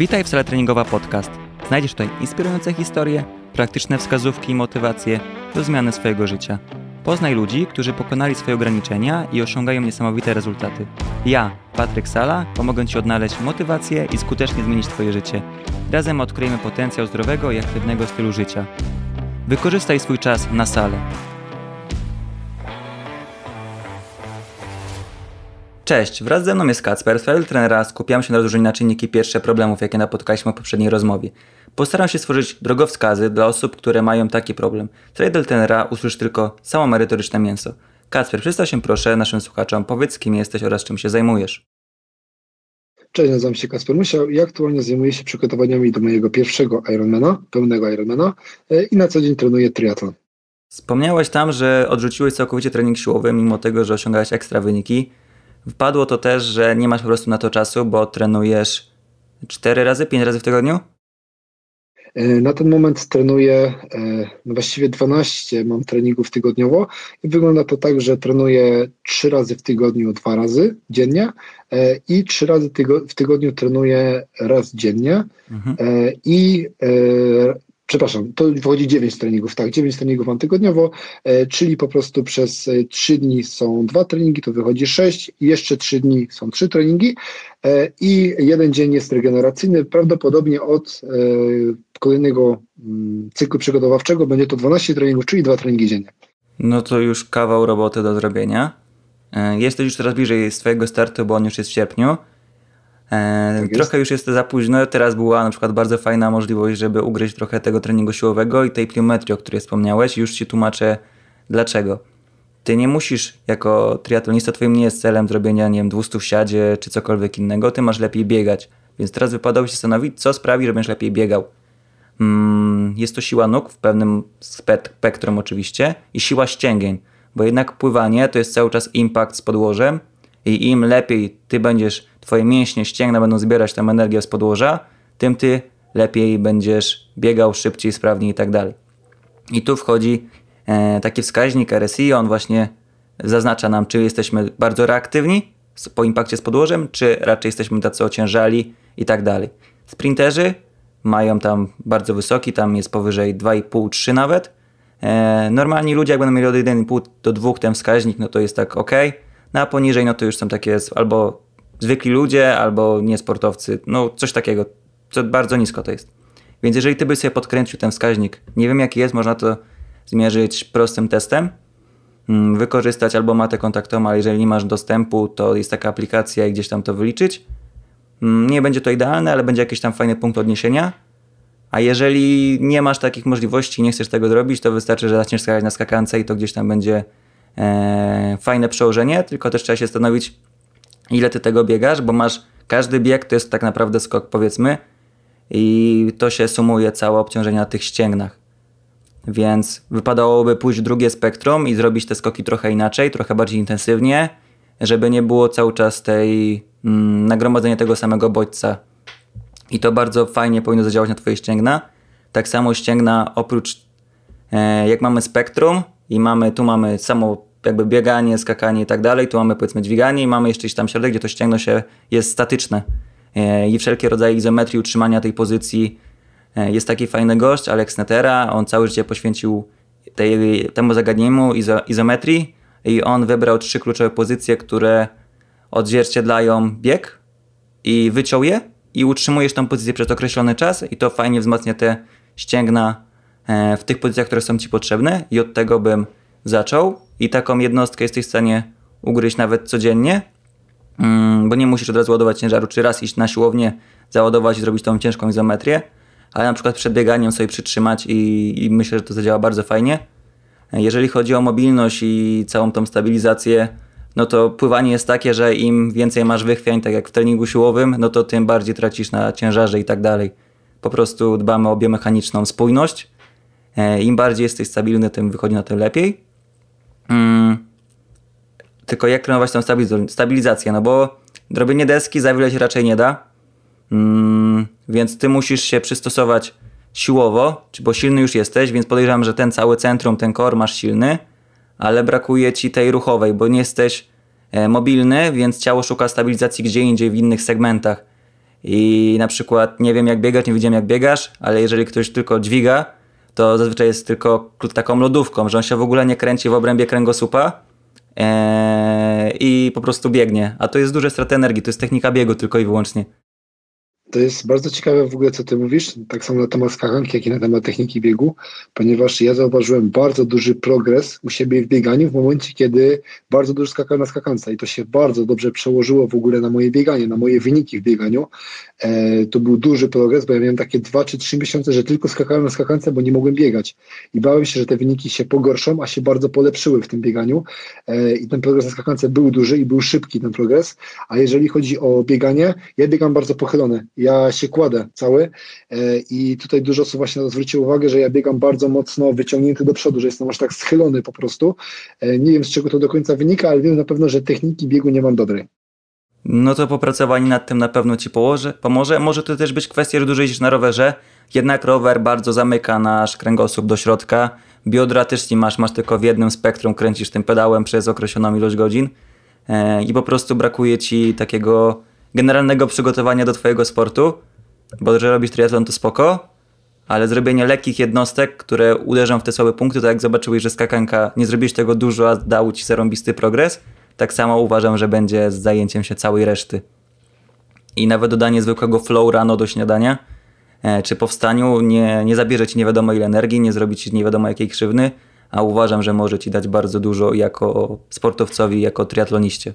Witaj w Sala Treningowa Podcast. Znajdziesz tutaj inspirujące historie, praktyczne wskazówki i motywacje do zmiany swojego życia. Poznaj ludzi, którzy pokonali swoje ograniczenia i osiągają niesamowite rezultaty. Ja, Patryk Sala, pomogę Ci odnaleźć motywację i skutecznie zmienić Twoje życie. Razem odkryjemy potencjał zdrowego i aktywnego stylu życia. Wykorzystaj swój czas na salę. Cześć, wraz ze mną jest Kacper, z trenera skupiam się na rozróżnieniu na czynniki pierwsze problemów, jakie napotkaliśmy w poprzedniej rozmowie. Postaram się stworzyć drogowskazy dla osób, które mają taki problem. Z trenera usłysz tylko samo merytoryczne mięso. Kacper, przedstaw się proszę naszym słuchaczom, powiedz kim jesteś oraz czym się zajmujesz. Cześć, nazywam się Kacper Musiał i aktualnie zajmuję się przygotowaniami do mojego pierwszego Ironmana, pełnego Ironmana i na co dzień trenuję triatlon. Wspomniałeś tam, że odrzuciłeś całkowicie trening siłowy, mimo tego, że osiągałeś ekstra wyniki. Wpadło to też, że nie masz po prostu na to czasu, bo trenujesz 4 razy, 5 razy w tygodniu? Na ten moment trenuję właściwie 12 mam treningów tygodniowo i wygląda to tak, że trenuję 3 razy w tygodniu 2 razy dziennie i 3 razy w tygodniu trenuję raz dziennie Przepraszam, to wychodzi 9 treningów, tak, 9 treningów mam tygodniowo, czyli po prostu przez 3 dni są 2 treningi, to wychodzi 6 i jeszcze 3 dni są 3 treningi i jeden dzień jest regeneracyjny, prawdopodobnie od kolejnego cyklu przygotowawczego będzie to 12 treningów, czyli 2 treningi dziennie. No to już kawał roboty do zrobienia. Jesteś już coraz bliżej swojego startu, bo on już jest w sierpniu. Trochę już jest za późno, teraz była na przykład bardzo fajna możliwość, żeby ugryźć trochę tego treningu siłowego i tej pliometrii, o której wspomniałeś. Już Ci tłumaczę dlaczego. Ty nie musisz, jako triatlonista, twoim nie jest celem zrobienia, nie wiem, 200 w siadzie czy cokolwiek innego, ty masz lepiej biegać. Więc teraz wypadałoby się zastanowić, co sprawi, że będziesz lepiej biegał. Jest to siła nóg w pewnym spektrum oczywiście i siła ścięgień, bo jednak pływanie to jest cały czas impact z podłożem i im lepiej twoje mięśnie, ścięgna będą zbierać tę energię z podłoża, tym ty lepiej będziesz biegał szybciej, sprawniej i tak dalej. I tu wchodzi taki wskaźnik RSI, on właśnie zaznacza nam, czy jesteśmy bardzo reaktywni po impakcie z podłożem, czy raczej jesteśmy tacy ociężali i tak dalej. Sprinterzy mają tam bardzo wysoki, tam jest powyżej 2,5-3 nawet. Normalni ludzie, jak będą mieli od 1,5 do 2 ten wskaźnik, no to jest tak ok. No a poniżej, no to już są takie albo zwykli ludzie, albo niesportowcy, no coś takiego, co bardzo nisko to jest. Więc jeżeli ty byś sobie podkręcił ten wskaźnik, nie wiem jaki jest, można to zmierzyć prostym testem, wykorzystać albo matę kontaktową, ale jeżeli nie masz dostępu, to jest taka aplikacja i gdzieś tam to wyliczyć. Nie będzie to idealne, ale będzie jakiś tam fajny punkt odniesienia. A jeżeli nie masz takich możliwości i nie chcesz tego zrobić, to wystarczy, że zaczniesz skakać na skakance i to gdzieś tam będzie fajne przełożenie, tylko też trzeba się zastanowić, ile ty tego biegasz, bo każdy bieg to jest tak naprawdę skok, powiedzmy, i to się sumuje całe obciążenie na tych ścięgnach. Więc wypadałoby pójść w drugie spektrum i zrobić te skoki trochę inaczej, trochę bardziej intensywnie, żeby nie było cały czas nagromadzenia tego samego bodźca. I to bardzo fajnie powinno zadziałać na twoje ścięgna. Tak samo ścięgna oprócz, jak mamy spektrum i tu mamy samo jakby bieganie, skakanie i tak dalej, tu mamy powiedzmy dźwiganie i mamy jeszcze tam środek, gdzie to ścięgno jest statyczne. I wszelkie rodzaje izometrii, utrzymania tej pozycji. Jest taki fajny gość, Alex Netera, on całe życie poświęcił temu zagadnieniu izometrii i on wybrał 3 kluczowe pozycje, które odzwierciedlają bieg i wyciął je i utrzymujesz tą pozycję przez określony czas i to fajnie wzmacnia te ścięgna w tych pozycjach, które są ci potrzebne i od tego bym zaczął i taką jednostkę jesteś w stanie ugryźć nawet codziennie, bo nie musisz od razu ładować ciężaru, czy raz iść na siłownię, załadować i zrobić tą ciężką izometrię, ale na przykład przed bieganiem sobie przytrzymać i myślę, że to zadziała bardzo fajnie. Jeżeli chodzi o mobilność i całą tą stabilizację, no to pływanie jest takie, że im więcej masz wychwiań, tak jak w treningu siłowym, no to tym bardziej tracisz na ciężarze i tak dalej. Po prostu dbamy o biomechaniczną spójność. Im bardziej jesteś stabilny, tym wychodzi na tym lepiej. Tylko jak trenować tą stabilizację? No bo robienie deski za wiele się raczej nie da. Więc ty musisz się przystosować siłowo, bo silny już jesteś, więc podejrzewam, że ten cały centrum, ten core masz silny, ale brakuje ci tej ruchowej, bo nie jesteś mobilny, więc ciało szuka stabilizacji gdzie indziej w innych segmentach. i na przykład nie wiem jak biegasz, nie widziałem jak biegasz, ale jeżeli ktoś tylko dźwiga, to zazwyczaj jest tylko taką lodówką, że on się w ogóle nie kręci w obrębie kręgosłupa i po prostu biegnie. A to jest duże straty energii, to jest technika biegu tylko i wyłącznie. To jest bardzo ciekawe w ogóle, co ty mówisz, tak samo na temat skakанki, jak i na temat techniki biegu, ponieważ ja zauważyłem bardzo duży progres u siebie w bieganiu w momencie, kiedy bardzo dużo skakałem na skakance i to się bardzo dobrze przełożyło w ogóle na moje bieganie, na moje wyniki w bieganiu. To był duży progres, bo ja miałem takie 2 czy 3 miesiące, że tylko skakałem na skakance, bo nie mogłem biegać i bałem się, że te wyniki się pogorszą, a się bardzo polepszyły w tym bieganiu i ten progres na skakance był duży i był szybki ten progres, a jeżeli chodzi o bieganie, ja biegam bardzo pochylony. Ja się kładę cały i tutaj dużo osób właśnie zwróciło uwagę, że ja biegam bardzo mocno wyciągnięty do przodu, że jestem aż tak schylony po prostu. Nie wiem, z czego to do końca wynika, ale wiem na pewno, że techniki biegu nie mam dobrej. No to popracowanie nad tym na pewno ci pomoże. Może to też być kwestia, że dużo jeździsz na rowerze, jednak rower bardzo zamyka nasz kręgosłup do środka. Biodra też nie masz tylko w jednym spektrum, kręcisz tym pedałem przez określoną ilość godzin i po prostu brakuje ci takiego generalnego przygotowania do twojego sportu, bo że robisz triatlon to spoko, ale zrobienie lekkich jednostek, które uderzą w te słabe punkty, tak jak zobaczyłeś, że skakanka, nie zrobiłeś tego dużo, a dał ci zarąbisty progres, tak samo uważam, że będzie z zajęciem się całej reszty. I nawet dodanie zwykłego flow rano do śniadania, czy po wstaniu nie zabierze ci nie wiadomo ile energii, nie zrobi ci nie wiadomo jakiej krzywdy, a uważam, że może ci dać bardzo dużo jako sportowcowi, jako triatloniście.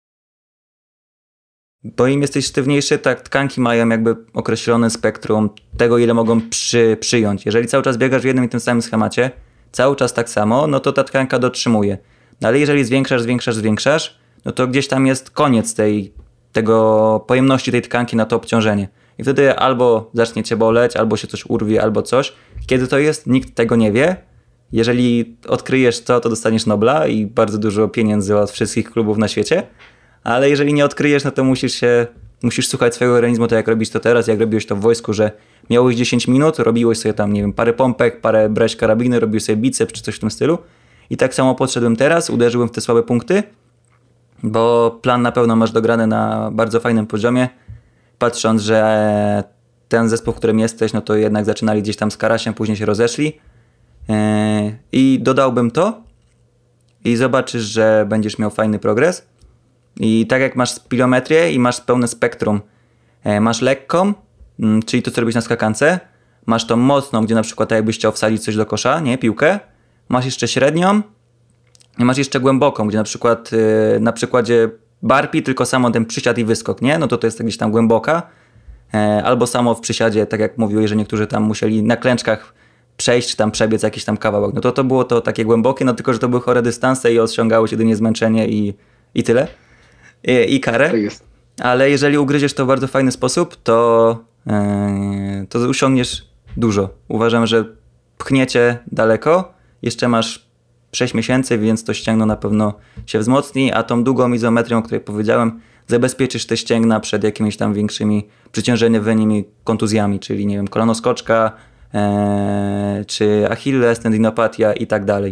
Bo im jesteś sztywniejszy, tak tkanki mają jakby określone spektrum tego, ile mogą przyjąć. Jeżeli cały czas biegasz w jednym i tym samym schemacie, cały czas tak samo, no to ta tkanka dotrzymuje. No ale jeżeli zwiększasz, no to gdzieś tam jest koniec tego pojemności tej tkanki na to obciążenie. I wtedy albo zacznie cię boleć, albo się coś urwie, albo coś. Kiedy to jest, nikt tego nie wie. Jeżeli odkryjesz to dostaniesz Nobla i bardzo dużo pieniędzy od wszystkich klubów na świecie. Ale jeżeli nie odkryjesz, no to musisz słuchać swojego organizmu, tak jak robisz to teraz, jak robiłeś to w wojsku, że miałeś 10 minut, robiłeś sobie tam, nie wiem, parę pompek, parę brać karabiny, robiłeś sobie biceps czy coś w tym stylu. I tak samo podszedłem teraz, uderzyłem w te słabe punkty, bo plan na pewno masz dograny na bardzo fajnym poziomie, patrząc, że ten zespół, w którym jesteś, no to jednak zaczynali gdzieś tam z Karasiem, później się rozeszli. I dodałbym to i zobaczysz, że będziesz miał fajny progres. I tak jak masz spilometrię i masz pełne spektrum, masz lekką, czyli to co robisz na skakance, masz tą mocną, gdzie na przykład jakbyś chciał wsadzić coś do kosza, nie, piłkę, masz jeszcze średnią i masz jeszcze głęboką, gdzie na przykład na przykładzie burpee tylko samo ten przysiad i wyskok, nie, no to jest gdzieś tam głęboka, albo samo w przysiadzie, tak jak mówiłeś, że niektórzy tam musieli na klęczkach przejść, czy tam przebiec jakiś tam kawałek, no to było to takie głębokie, no tylko, że to były chore dystanse i osiągało się jedynie zmęczenie i tyle. I karę, Tak jest. ale jeżeli ugryziesz to w bardzo fajny sposób, to osiągniesz dużo. Uważam, że pchniecie daleko, jeszcze masz 6 miesięcy, więc to ścięgno na pewno się wzmocni, a tą długą izometrią, o której powiedziałem, zabezpieczysz te ścięgna przed jakimiś tam większymi przeciążeniowymi kontuzjami, czyli nie wiem, kolonoskoczka, czy achilles, tendinopatia i tak dalej.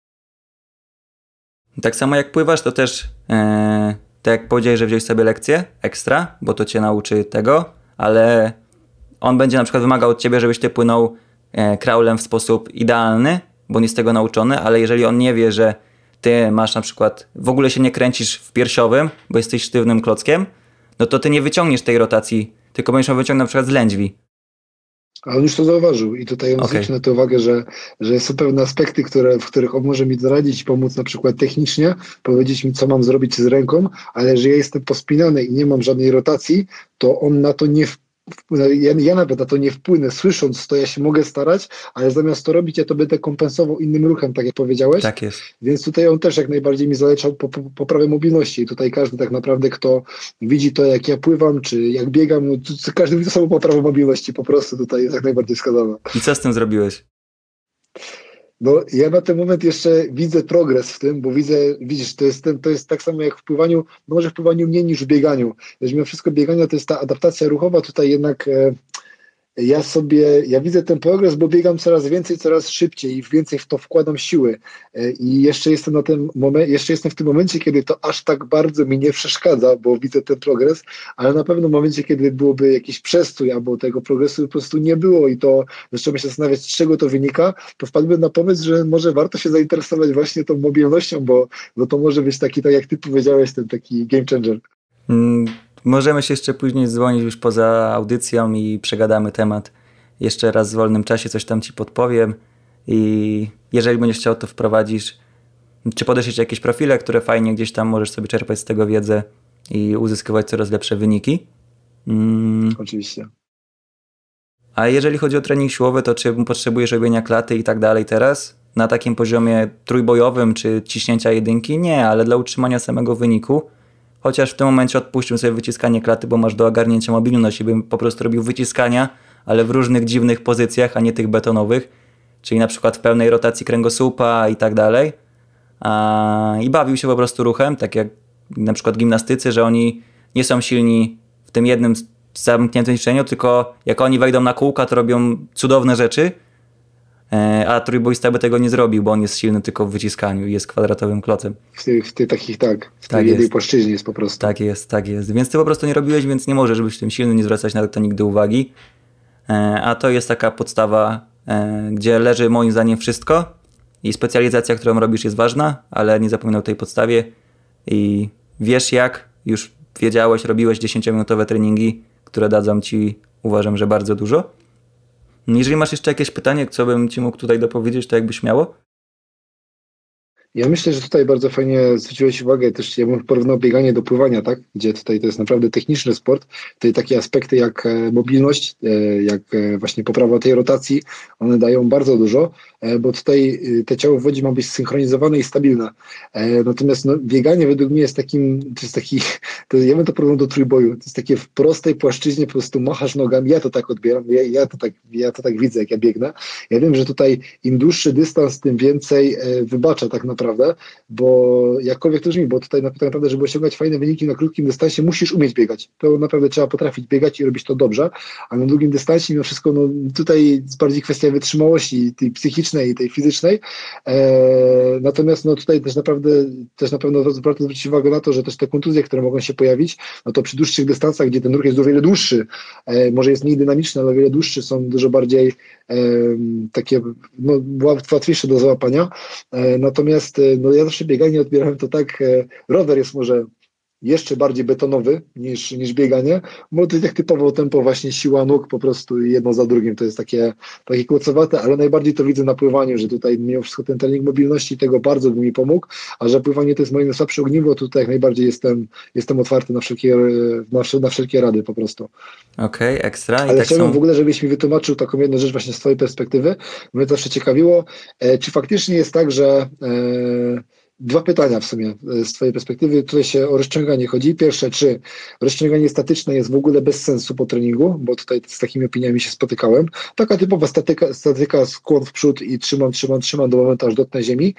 Tak samo jak pływasz, to też tak jak powiedziałeś, że wziąłeś sobie lekcję ekstra, bo to cię nauczy tego, ale on będzie na przykład wymagał od ciebie, żebyś ty płynął kraulem w sposób idealny, bo on jest tego nauczony, ale jeżeli on nie wie, że ty masz na przykład, w ogóle się nie kręcisz w piersiowym, bo jesteś sztywnym klockiem, no to ty nie wyciągniesz tej rotacji, tylko będziesz ją wyciągnąć na przykład z lędźwi. A on już to zauważył i tutaj on zwrócił na to uwagę, że są pewne aspekty, w których on może mi doradzić i pomóc na przykład technicznie, powiedzieć mi, co mam zrobić z ręką, ale że ja jestem pospinany i nie mam żadnej rotacji, to on na to nie ja nawet na to nie wpłynę. Słysząc to, ja się mogę starać, ale zamiast to robić, ja to będę kompensował innym ruchem, tak jak powiedziałeś. Tak jest. Więc tutaj on też jak najbardziej mi zalecał poprawę mobilności. I tutaj każdy tak naprawdę, kto widzi to, jak ja pływam, czy jak biegam, no, każdy widzi to samą poprawę mobilności. Po prostu tutaj jest jak najbardziej wskazana. I co z tym zrobiłeś? No, ja na ten moment jeszcze widzę progres w tym, bo widzisz, to jest tak samo jak w pływaniu, no może w pływaniu mniej niż w bieganiu. Mimo wszystko biegania to jest ta adaptacja ruchowa, tutaj jednak ja widzę ten progres, bo biegam coraz więcej, coraz szybciej i więcej w to wkładam siły. I jeszcze jestem w tym momencie, kiedy to aż tak bardzo mi nie przeszkadza, bo widzę ten progres, ale na pewno w momencie, kiedy byłoby jakiś przestój, albo tego progresu po prostu nie było i to zacząłem się zastanawiać, z czego to wynika, to wpadłem na pomysł, że może warto się zainteresować właśnie tą mobilnością, bo to może być taki, tak jak ty powiedziałeś, ten taki game changer. Możemy się jeszcze później dzwonić już poza audycją i przegadamy temat. Jeszcze raz w wolnym czasie coś tam ci podpowiem i jeżeli będziesz chciał, to wprowadzisz, czy podeślesz jakieś profile, które fajnie gdzieś tam możesz sobie czerpać z tego wiedzę i uzyskiwać coraz lepsze wyniki. Oczywiście. A jeżeli chodzi o trening siłowy, to czy potrzebujesz robienia klaty i tak dalej teraz? Na takim poziomie trójbojowym czy ciśnięcia jedynki? Nie, ale dla utrzymania samego wyniku. Chociaż w tym momencie odpuścił sobie wyciskanie klaty, bo masz do ogarnięcia mobilność i bym po prostu robił wyciskania, ale w różnych dziwnych pozycjach, a nie tych betonowych. Czyli na przykład w pełnej rotacji kręgosłupa i tak dalej. I bawił się po prostu ruchem, tak jak na przykład gimnastycy, że oni nie są silni w tym jednym zamkniętym ćwiczeniu, tylko jak oni wejdą na kółka, to robią cudowne rzeczy, a trójboista by tego nie zrobił, bo on jest silny tylko w wyciskaniu i jest kwadratowym klocem. W tej jednej płaszczyźnie jest po prostu. Tak jest. Więc ty po prostu nie robiłeś, więc nie możesz być w tym silny, nie zwracać na to nigdy uwagi. A to jest taka podstawa, gdzie leży moim zdaniem wszystko i specjalizacja, którą robisz, jest ważna, ale nie zapominaj o tej podstawie i wiesz jak, już wiedziałeś, robiłeś 10-minutowe treningi, które dadzą ci, uważam, że bardzo dużo. Jeżeli masz jeszcze jakieś pytanie, co bym ci mógł tutaj dopowiedzieć, to jakbyś miało? Ja myślę, że tutaj bardzo fajnie zwróciłeś uwagę, też ja bym porównał bieganie do pływania, tak? Gdzie tutaj to jest naprawdę techniczny sport. Tutaj takie aspekty jak mobilność, jak właśnie poprawa tej rotacji, one dają bardzo dużo, bo tutaj te ciało w wodzie ma być synchronizowane i stabilne. Natomiast bieganie według mnie jest ja bym to porównał do trójboju. To jest takie w prostej płaszczyźnie, po prostu machasz nogami. Ja to tak odbieram, ja to tak widzę, jak ja biegnę. Ja wiem, że tutaj im dłuższy dystans, tym więcej wybacza tak naprawdę, bo jakkolwiek to brzmi, bo tutaj tak naprawdę, żeby osiągać fajne wyniki na krótkim dystansie, musisz umieć biegać. To naprawdę trzeba potrafić biegać i robić to dobrze, a na długim dystansie mimo wszystko, tutaj jest bardziej kwestia wytrzymałości, tej psychicznej i tej fizycznej. Natomiast tutaj też na pewno warto zwrócić uwagę na to, że też te kontuzje, które mogą się pojawić, no to przy dłuższych dystansach, gdzie ten ruch jest o wiele dłuższy, może jest mniej dynamiczny, ale o wiele dłuższy, są dużo bardziej takie łatwiejsze do załapania. Natomiast ja zawsze bieganie odbierałem to tak, rower jest może jeszcze bardziej betonowy niż bieganie, bo to jest jak typowo tempo, właśnie siła nóg po prostu jedno za drugim, to jest takie kłocowate, ale najbardziej to widzę na pływaniu, że tutaj mimo wszystko ten trening mobilności tego bardzo by mi pomógł, a że pływanie to jest moje najsłabsze ogniwo, to tutaj jak najbardziej jestem otwarty na wszelkie rady po prostu. Okej, ekstra. Ale chciałbym w ogóle, żebyś mi wytłumaczył taką jedną rzecz właśnie z twojej perspektywy. Mnie to zawsze ciekawiło. Czy faktycznie jest tak, że dwa pytania w sumie z twojej perspektywy. Tutaj się o rozciąganie chodzi. Pierwsze, czy rozciąganie statyczne jest w ogóle bez sensu po treningu, bo tutaj z takimi opiniami się spotykałem. Taka typowa statyka, skłon w przód i trzymam do momentu, aż dotknę ziemi.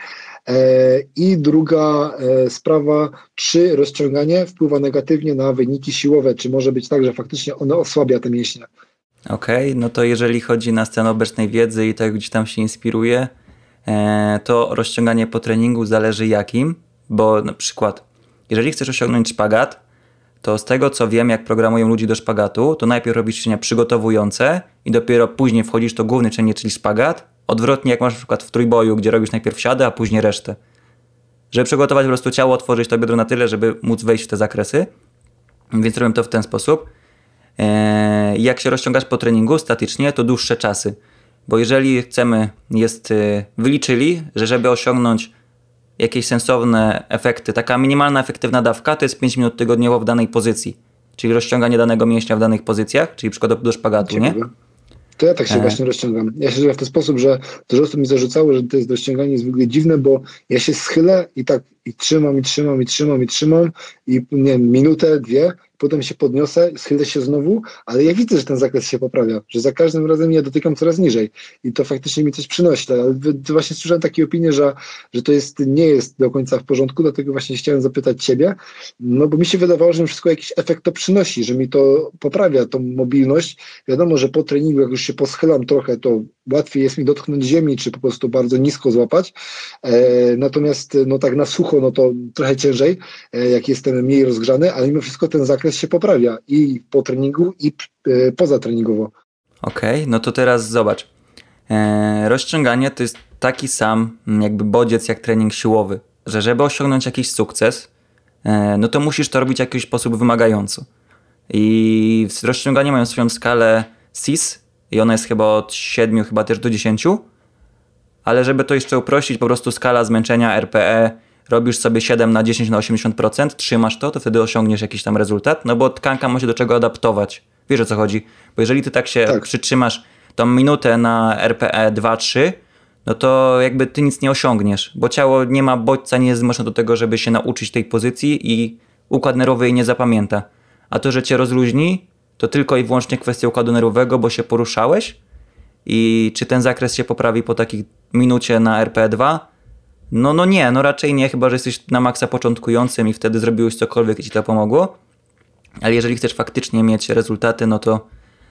I druga sprawa, czy rozciąganie wpływa negatywnie na wyniki siłowe, czy może być tak, że faktycznie ono osłabia te mięśnie? Okej, no to jeżeli chodzi na scenę obecnej wiedzy i tak gdzieś tam się inspiruje, to rozciąganie po treningu zależy jakim, bo na przykład jeżeli chcesz osiągnąć szpagat, to z tego co wiem, jak programują ludzi do szpagatu, to najpierw robisz ćwiczenia przygotowujące i dopiero później wchodzisz to główne ćwiczenie, czyli szpagat. Odwrotnie jak masz na przykład w trójboju, gdzie robisz najpierw siadę, a później resztę. Żeby przygotować po prostu ciało, otworzyć to biodro na tyle, żeby móc wejść w te zakresy. Więc robię to w ten sposób. Jak się rozciągasz po treningu statycznie, to dłuższe czasy. Bo jeżeli wyliczyli, że żeby osiągnąć jakieś sensowne efekty, taka minimalna efektywna dawka to jest 5 minut tygodniowo w danej pozycji. Czyli rozciąganie danego mięśnia w danych pozycjach, czyli przykład do szpagatu, nie? To ja tak się właśnie rozciągam. Ja się rozciągam w ten sposób, że dużo osób mi zarzucało, że to jest rozciąganie jest w ogóle dziwne, bo ja się schylę i tak i trzymam i nie wiem, minutę, dwie potem się podniosę, schylę się znowu, ale ja widzę, że ten zakres się poprawia, że za każdym razem ja dotykam coraz niżej i to faktycznie mi coś przynosi. Ale właśnie słyszałem takie opinie, że to nie jest do końca w porządku, dlatego właśnie chciałem zapytać Ciebie, no bo mi się wydawało, że mi wszystko jakiś efekt to przynosi, że mi to poprawia tą mobilność. Wiadomo, że po treningu, jak już się poschylam trochę, to łatwiej jest mi dotknąć ziemi, czy po prostu bardzo nisko złapać. Natomiast no tak na sucho, no to trochę ciężej, jak jestem mniej rozgrzany, ale mimo wszystko ten zakres się poprawia i po treningu, i pozatreningowo. Okej, no to teraz zobacz. Rozciąganie to jest taki sam jakby bodziec jak trening siłowy, że żeby osiągnąć jakiś sukces, no to musisz to robić w jakiś sposób wymagająco. I rozciąganie mają swoją skalę CIS i ona jest chyba od 7 chyba też do 10, ale żeby to jeszcze uprościć, po prostu skala zmęczenia RPE, robisz sobie 7 na 10 na 80%, trzymasz to wtedy osiągniesz jakiś tam rezultat, no bo tkanka ma się do czego adaptować. Wiesz, o co chodzi? Bo jeżeli ty tak się przytrzymasz tą minutę na RPE 2-3, no to jakby ty nic nie osiągniesz, bo ciało nie ma bodźca, nie jest zmuszone do tego, żeby się nauczyć tej pozycji i układ nerwowy jej nie zapamięta. A to, że cię rozluźni, to tylko i wyłącznie kwestia układu nerwowego, bo się poruszałeś i czy ten zakres się poprawi po takiej minucie na RPE2? No nie, no raczej nie, chyba że jesteś na maksa początkującym i wtedy zrobiłeś cokolwiek i ci to pomogło. Ale jeżeli chcesz faktycznie mieć rezultaty, no to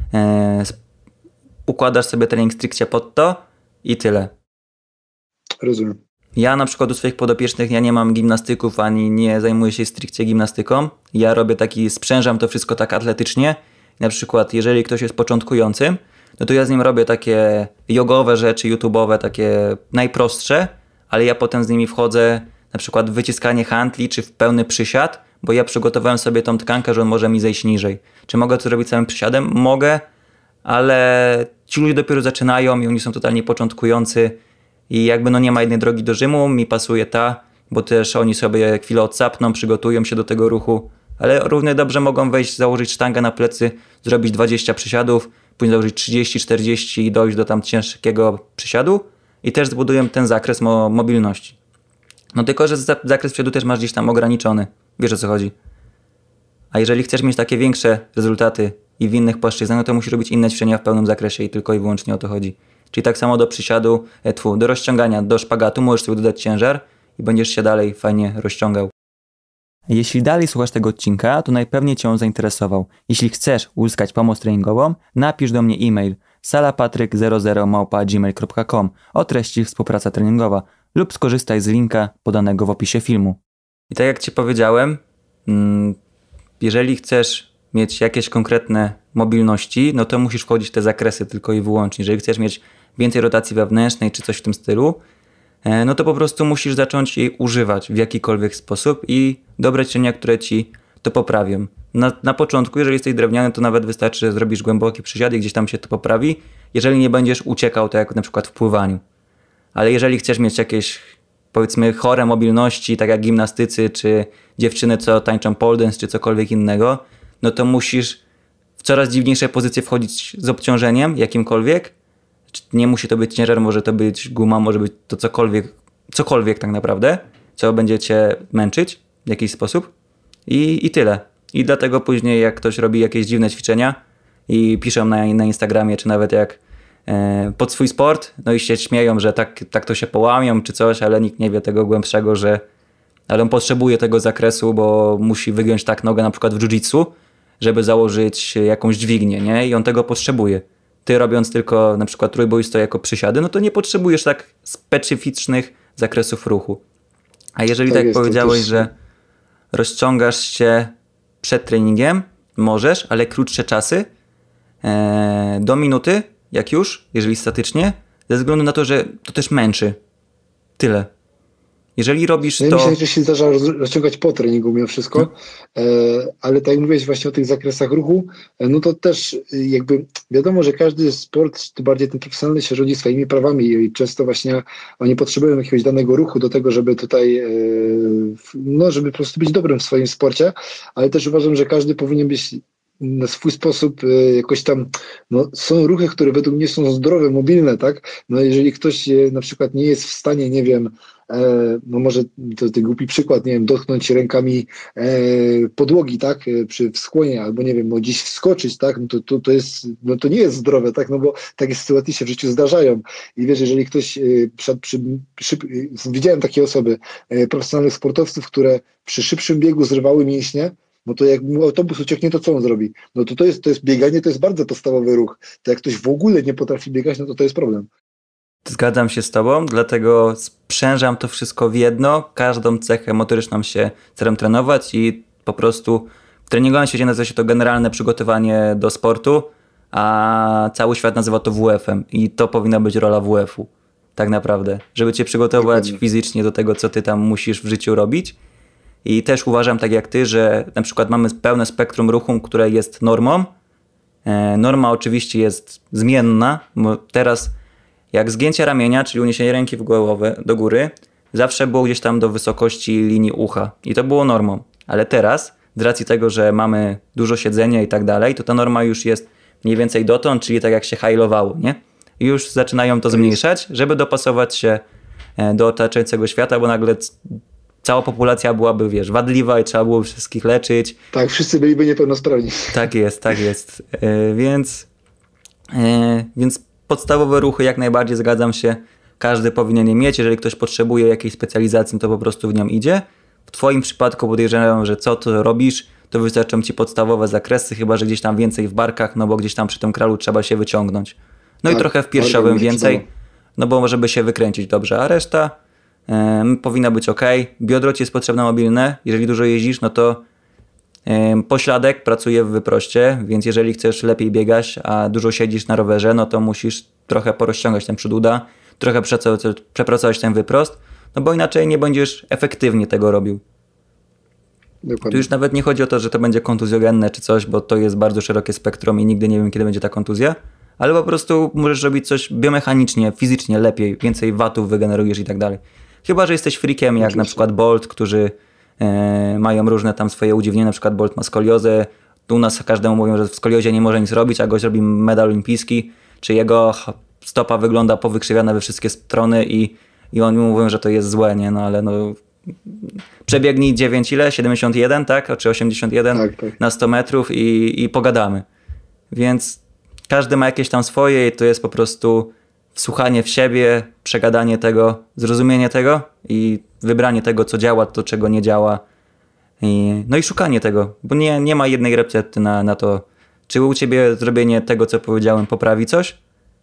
układasz sobie trening stricte pod to i tyle. Rozumiem. Ja na przykład u swoich podopiecznych, ja nie mam gimnastyków, ani nie zajmuję się stricte gimnastyką. Ja robię sprzężam to wszystko tak atletycznie. Na przykład jeżeli ktoś jest początkującym, no to ja z nim robię takie jogowe rzeczy, YouTube'owe, takie najprostsze, ale ja potem z nimi wchodzę na przykład w wyciskanie hantli, czy w pełny przysiad, bo ja przygotowałem sobie tą tkankę, że on może mi zejść niżej. Czy mogę to zrobić samym przysiadem? Mogę, ale ci ludzie dopiero zaczynają i oni są totalnie początkujący i jakby no nie ma jednej drogi do Rzymu, mi pasuje ta, bo też oni sobie chwilę odsapną, przygotują się do tego ruchu, ale równie dobrze mogą wejść, założyć sztangę na plecy, zrobić 20 przysiadów, później założyć 30, 40 i dojść do tam ciężkiego przysiadu i też zbudują ten zakres mobilności. No tylko, że zakres przysiadu też masz gdzieś tam ograniczony. Wiesz, o co chodzi. A jeżeli chcesz mieć takie większe rezultaty i w innych płaszczyznach, no to musisz robić inne ćwiczenia w pełnym zakresie i tylko i wyłącznie o to chodzi. Czyli tak samo do przysiadu, do rozciągania, do szpagatu możesz sobie dodać ciężar i będziesz się dalej fajnie rozciągał. Jeśli dalej słuchasz tego odcinka, to najpewniej Cię on zainteresował. Jeśli chcesz uzyskać pomoc treningową, napisz do mnie e-mail salapatryk00@gmail.com o treści współpraca treningowa lub skorzystaj z linka podanego w opisie filmu. I tak jak Ci powiedziałem, jeżeli chcesz mieć jakieś konkretne mobilności, no to musisz wchodzić w te zakresy tylko i wyłącznie. Jeżeli chcesz mieć więcej rotacji wewnętrznej czy coś w tym stylu, no to po prostu musisz zacząć jej używać w jakikolwiek sposób i dobrać ćwiczenia, które Ci to poprawią. Na początku, jeżeli jesteś drewniany, to nawet wystarczy, że zrobisz głębokie przysiady i gdzieś tam się to poprawi, jeżeli nie będziesz uciekał, tak jak na przykład w pływaniu. Ale jeżeli chcesz mieć jakieś, powiedzmy, chore mobilności, tak jak gimnastycy, czy dziewczyny, co tańczą pole dance, czy cokolwiek innego, no to musisz w coraz dziwniejsze pozycje wchodzić z obciążeniem jakimkolwiek. Nie musi to być ciężar, może to być guma, może być to cokolwiek tak naprawdę, co będzie Cię męczyć w jakiś sposób i tyle. I dlatego później jak ktoś robi jakieś dziwne ćwiczenia i piszą na Instagramie, czy nawet jak pod swój sport, no i się śmieją, że tak to się połamią czy coś, ale nikt nie wie tego głębszego, że ale on potrzebuje tego zakresu, bo musi wygiąć tak nogę na przykład w jiu-jitsu, żeby założyć jakąś dźwignię, nie? I on tego potrzebuje. Ty robiąc tylko na przykład trójboisto jako przysiady, no to nie potrzebujesz tak specyficznych zakresów ruchu. A jeżeli tak powiedziałeś, że rozciągasz się przed treningiem, możesz, ale krótsze czasy, do minuty, jak już, jeżeli statycznie, ze względu na to, że to też męczy. Tyle. Jeżeli robisz to... Myślę, że się zdarza rozciągać po treningu mimo wszystko, ale tak jak mówiłeś właśnie o tych zakresach ruchu, no to też jakby wiadomo, że każdy sport, tym bardziej ten profesjonalny, się rządzi swoimi prawami i często właśnie oni potrzebują jakiegoś danego ruchu do tego, żeby tutaj, no żeby po prostu być dobrym w swoim sporcie, ale też uważam, że każdy powinien być na swój sposób jakoś tam, no, są ruchy, które według mnie są zdrowe, mobilne, tak? No jeżeli ktoś na przykład nie jest w stanie, nie wiem, no może to głupi przykład, nie wiem, dotknąć rękami podłogi, tak, w skłonie, albo nie wiem, no gdzieś wskoczyć, tak, no to jest, no to nie jest zdrowe, tak, no bo takie sytuacje się w życiu zdarzają i wiesz, jeżeli ktoś, widziałem takie osoby, profesjonalnych sportowców, które przy szybszym biegu zrywały mięśnie, no to jak mu autobus ucieknie, to co on zrobi? No to jest bieganie, to jest bardzo podstawowy ruch. To jak ktoś w ogóle nie potrafi biegać, no to jest problem. Zgadzam się z tobą, dlatego sprzężam to wszystko w jedno, każdą cechę motoryczną się staram trenować i po prostu w treningowym świecie nazywa się to generalne przygotowanie do sportu, a cały świat nazywa to WF-em i to powinna być rola WF-u, tak naprawdę, żeby cię przygotować Dokładnie. fizycznie do tego, co ty tam musisz w życiu robić. I też uważam, tak jak ty, że na przykład mamy pełne spektrum ruchu, które jest normą. Norma oczywiście jest zmienna, bo teraz jak zgięcie ramienia, czyli uniesienie ręki w głowę do góry, zawsze było gdzieś tam do wysokości linii ucha i to było normą. Ale teraz, z racji tego, że mamy dużo siedzenia i tak dalej, to ta norma już jest mniej więcej dotąd, czyli tak jak się hajlowało, nie? I już zaczynają to zmniejszać, żeby dopasować się do otaczającego świata, bo nagle cała populacja byłaby, wiesz, wadliwa i trzeba było wszystkich leczyć. Tak, wszyscy byliby niepełnosprawni. Tak jest, tak jest. Więc podstawowe ruchy jak najbardziej zgadzam się, każdy powinien je mieć. Jeżeli ktoś potrzebuje jakiejś specjalizacji, to po prostu w nią idzie. W twoim przypadku podejrzewam, że co to robisz, to wystarczą ci podstawowe zakresy, chyba że gdzieś tam więcej w barkach, no bo gdzieś tam przy tym kralu trzeba się wyciągnąć. No Tak, i trochę w bardzo piersiowym mi się więcej, przydało. no bo żeby się wykręcić dobrze, a reszta powinna być ok. Biodro ci jest potrzebne mobilne, jeżeli dużo jeździsz, no to pośladek pracuje w wyproście, więc jeżeli chcesz lepiej biegać, a dużo siedzisz na rowerze, no to musisz trochę porozciągać ten przód uda, trochę przepracować ten wyprost, no bo inaczej nie będziesz efektywnie tego robił. Tu Dokładnie. już nawet nie chodzi o to, że to będzie kontuzjogenne czy coś, bo to jest bardzo szerokie spektrum i nigdy nie wiem, kiedy będzie ta kontuzja, ale po prostu możesz robić coś biomechanicznie, fizycznie lepiej, więcej watów wygenerujesz i tak dalej. Chyba że jesteś freakiem, jak na przykład Bolt, którzy mają różne tam swoje udziwnienia, na przykład Bolt ma skoliozę, tu u nas każdemu mówią, że w skoliozie nie może nic robić, a gość robi medal olimpijski, czy jego stopa wygląda powykrzywiana we wszystkie strony i oni mówią, że to jest złe, nie? No ale no przebiegnij 9 ile? 71, tak? Czy 81 Tak. na 100 metrów i pogadamy. Więc każdy ma jakieś tam swoje i to jest po prostu wsłuchanie w siebie, przegadanie tego, zrozumienie tego i wybranie tego, co działa, to czego nie działa. No i szukanie tego, bo nie ma jednej recepty na to, czy u ciebie zrobienie tego, co powiedziałem, poprawi coś.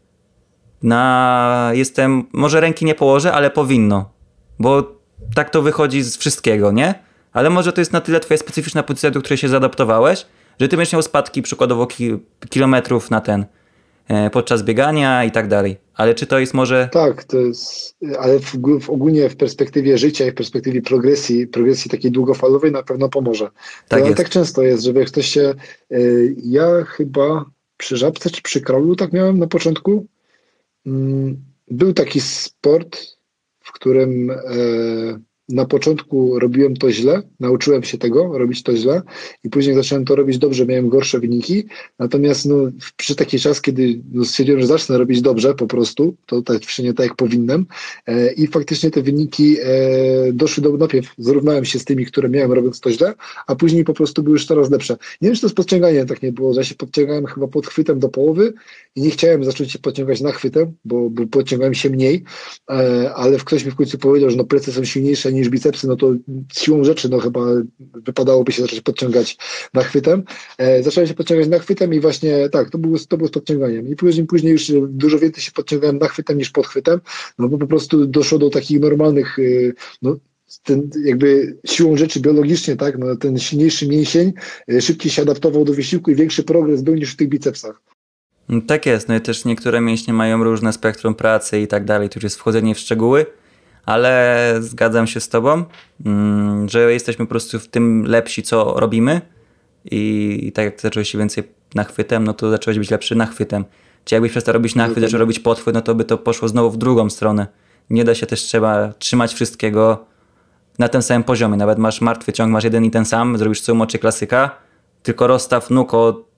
Może ręki nie położę, ale powinno, bo tak to wychodzi z wszystkiego, nie? Ale może to jest na tyle twoja specyficzna pozycja, do której się zaadaptowałeś, że ty będziesz miał spadki przykładowo kilometrów na podczas biegania i tak dalej. Ale czy to jest może... Tak, to jest, ale ogólnie w perspektywie życia i w perspektywie progresji takiej długofalowej na pewno pomoże. Tak Ale jest. tak często jest, że jak ktoś się, ja chyba przy Żabce czy przy Kraulu tak miałem na początku, był taki sport, w którym na początku robiłem to źle, nauczyłem się tego, robić to źle i później zacząłem to robić dobrze, miałem gorsze wyniki, natomiast no, przy taki czas, kiedy stwierdziłem, że zacznę robić dobrze po prostu, to tak, nie tak jak powinnam i faktycznie te wyniki doszły najpierw zrównałem się z tymi, które miałem robiąc to źle, a później po prostu były już coraz lepsze. Nie wiem, czy to z podciąganiem tak nie było, że ja się podciągałem chyba pod chwytem do połowy i nie chciałem zacząć się podciągać na chwytem, bo podciągałem się mniej, ale ktoś mi w końcu powiedział, że no plecy są silniejsze niż bicepsy, no to siłą rzeczy no chyba wypadałoby się zacząć podciągać nachwytem. Zacząłem się podciągać nachwytem i właśnie tak, to było z podciąganiem. I później już dużo więcej się podciągałem nachwytem niż podchwytem, no bo po prostu doszło do takich normalnych, no ten jakby siłą rzeczy biologicznie, tak, no ten silniejszy mięsień szybciej się adaptował do wysiłku i większy progres był niż w tych bicepsach. Tak jest, no i też niektóre mięśnie mają różne spektrum pracy i tak dalej, to już jest wchodzenie w szczegóły, ale zgadzam się z tobą, że jesteśmy po prostu w tym lepsi, co robimy i tak jak zacząłeś się więcej nachwytem, no to zacząłeś być lepszy nachwytem. Czy jakbyś przestał robić nachwyt, zaczął robić podchwyt, no to by to poszło znowu w drugą stronę. Nie da się też, trzeba trzymać wszystkiego na tym samym poziomie. Nawet masz martwy ciąg, masz jeden i ten sam, zrobisz sumo czy klasyka, tylko rozstaw nóg o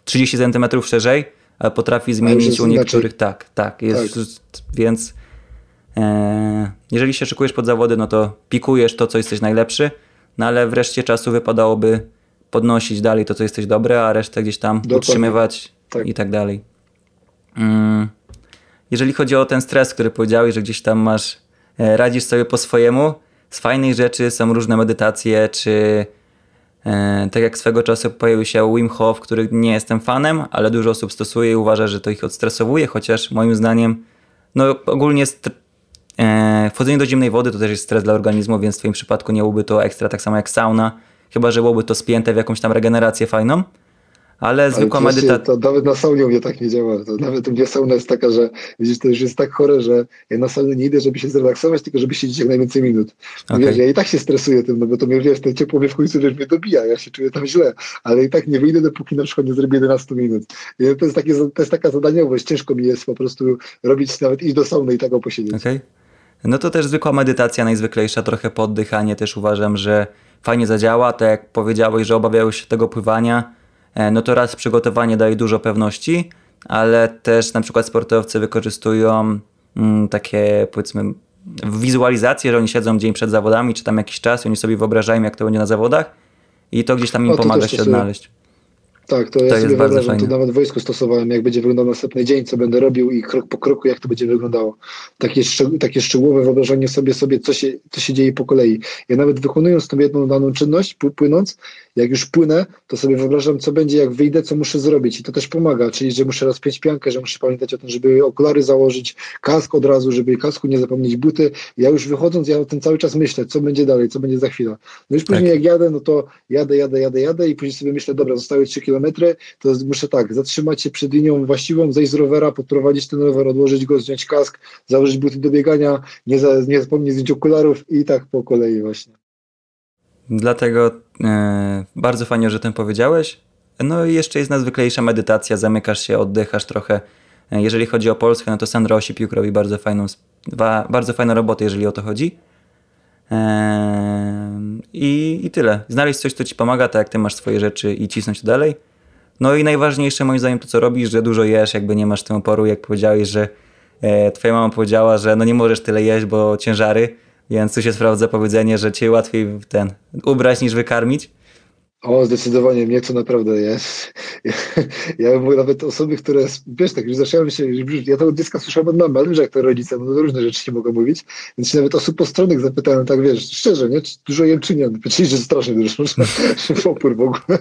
30 cm szerzej, ale potrafi zmienić u niektórych. Tak, jest, więc jeżeli się szykujesz pod zawody, no to pikujesz to, co jesteś najlepszy, no ale wreszcie czasu wypadałoby podnosić dalej to, co jesteś dobry, a resztę gdzieś tam utrzymywać i tak dalej. Jeżeli chodzi o ten stres, który powiedziałeś, że gdzieś tam radzisz sobie po swojemu, z fajnych rzeczy są różne medytacje, czy tak jak swego czasu pojawił się Wim Hof, który nie jestem fanem, ale dużo osób stosuje i uważa, że to ich odstresowuje, chociaż moim zdaniem no ogólnie wchodzenie do zimnej wody to też jest stres dla organizmu, więc w twoim przypadku nie byłoby to ekstra, tak samo jak sauna, chyba że byłoby to spięte w jakąś tam regenerację fajną. Ale zwykła medytacja... To nawet na saunie u mnie tak nie działa. To nawet u mnie sauna jest taka, że widzisz, to już jest tak chore, że ja na saunę nie idę, żeby się zrelaksować, tylko żeby siedzieć jak najwięcej minut. Wiesz, ja i tak się stresuję tym, no bo to mnie, wiesz, ten ciepło mnie w końcu mnie dobija, ja się czuję tam źle, ale i tak nie wyjdę, dopóki na przykład nie zrobię 11 minut. I to jest taka zadaniowość, ciężko mi jest po prostu robić, nawet iść do sauny i tak posiedzieć. Okay. No to też zwykła medytacja, najzwyklejsza, trochę poddychanie też uważam, że fajnie zadziała. Tak jak powiedziałeś, że obawiałeś się tego pływania, no to raz przygotowanie daje dużo pewności, ale też na przykład sportowcy wykorzystują takie, powiedzmy, wizualizacje, że oni siedzą dzień przed zawodami, czy tam jakiś czas i oni sobie wyobrażają, jak to będzie na zawodach i to gdzieś tam im pomaga się odnaleźć. Tak, to ja sobie wyobrażam, to nawet w wojsku stosowałem, jak będzie wyglądał następny dzień, co będę robił i krok po kroku, jak to będzie wyglądało. Takie szczegółowe wyobrażenie sobie co się dzieje po kolei. Ja nawet wykonując tą jedną daną czynność, płynąc, jak już płynę, to sobie wyobrażam, co będzie, jak wyjdę, co muszę zrobić i to też pomaga, czyli że muszę rozpiąć piankę, że muszę pamiętać o tym, żeby okulary założyć, kask od razu, żeby kasku nie zapomnieć, buty. Ja już wychodząc, ja o tym cały czas myślę, co będzie dalej, co będzie za chwilę. No już później jak jadę, no to jadę i później sobie myślę, dobra, zostały 3 kilometry, to muszę zatrzymać się przed linią właściwą, zejść z rowera, podprowadzić ten rower, odłożyć go, zdjąć kask, założyć buty do biegania, nie zapomnieć zdjąć okularów i tak po kolei właśnie. Dlatego bardzo fajnie, że o tym powiedziałeś. No i jeszcze jest najzwyklejsza medytacja, zamykasz się, oddychasz trochę. Jeżeli chodzi o Polskę, no to Sandra Osipiuk robi bardzo fajną robotę, jeżeli o to chodzi. I tyle. Znaleźć coś, co ci pomaga, tak jak ty masz swoje rzeczy i cisnąć to dalej. No i najważniejsze moim zdaniem to, co robisz, że dużo jesz, jakby nie masz tym oporu, jak powiedziałeś, że twoja mama powiedziała, że no nie możesz tyle jeść, bo ciężary, więc tu się sprawdza powiedzenie, że cię łatwiej ubrać niż wykarmić. O, zdecydowanie, mnie to naprawdę jest. Ja mówię nawet osoby, które, wiesz, tak już zacząłem się, ja to od dziecka słyszałem od mamy, ale wiesz, jak to rodzice, no to różne rzeczy nie mogą mówić, więc się nawet osób postronnych zapytałem, tak wiesz, szczerze, nie, czy dużo jem, czy nie? Powiedzieli, że strasznie dużo, że opór w ogóle.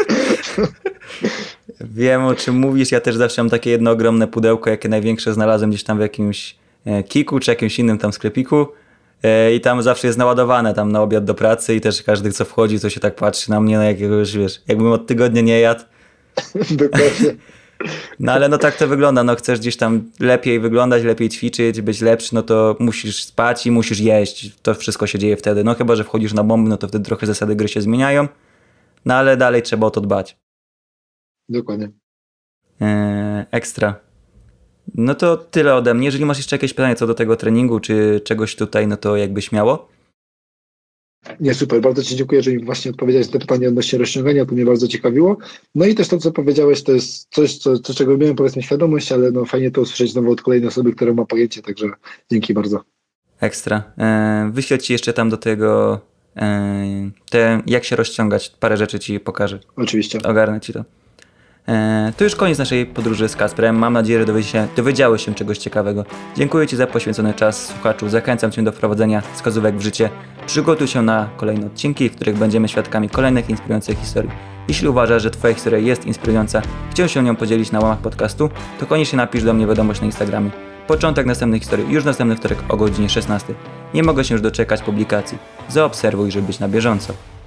Wiem, o czym mówisz, ja też zawsze mam takie jedno ogromne pudełko, jakie największe znalazłem gdzieś tam w jakimś Kiku, czy jakimś innym tam sklepiku. I tam zawsze jest naładowane tam na obiad do pracy i też każdy, co wchodzi, to się tak patrzy na mnie, na jakiegoś, wiesz, jakbym od tygodnia nie jadł. Dokładnie. No ale no tak to wygląda, no chcesz gdzieś tam lepiej wyglądać, lepiej ćwiczyć, być lepszy, no to musisz spać i musisz jeść. To wszystko się dzieje wtedy. No chyba, że wchodzisz na bomby, no to wtedy trochę zasady gry się zmieniają, no ale dalej trzeba o to dbać. Dokładnie. Ekstra. No to tyle ode mnie. Jeżeli masz jeszcze jakieś pytanie co do tego treningu, czy czegoś tutaj, no to jakby śmiało. Nie, super. Bardzo ci dziękuję, że mi właśnie odpowiedziałeś na to pytanie odnośnie rozciągania. To mnie bardzo ciekawiło. No i też to, co powiedziałeś, to jest coś, czego miałem powiedzmy świadomość, ale no fajnie to usłyszeć znowu od kolejnej osoby, która ma pojęcie, także dzięki bardzo. Ekstra. Wyślę ci jeszcze tam do tego jak się rozciągać. Parę rzeczy ci pokażę. Oczywiście. Ogarnę ci to. To już koniec naszej podróży z Kasprem. Mam nadzieję, że dowiedziałeś się czegoś ciekawego. Dziękuję ci za poświęcony czas, słuchaczu. Zachęcam cię do wprowadzenia wskazówek w życie. Przygotuj się na kolejne odcinki, w których będziemy świadkami kolejnych inspirujących historii. Jeśli uważasz, że twoja historia jest inspirująca, chciał się nią podzielić na łamach podcastu, to koniecznie napisz do mnie wiadomość na Instagramie. Początek następnej historii już następny wtorek o godzinie 16. Nie mogę się już doczekać publikacji. Zaobserwuj, żeby być na bieżąco.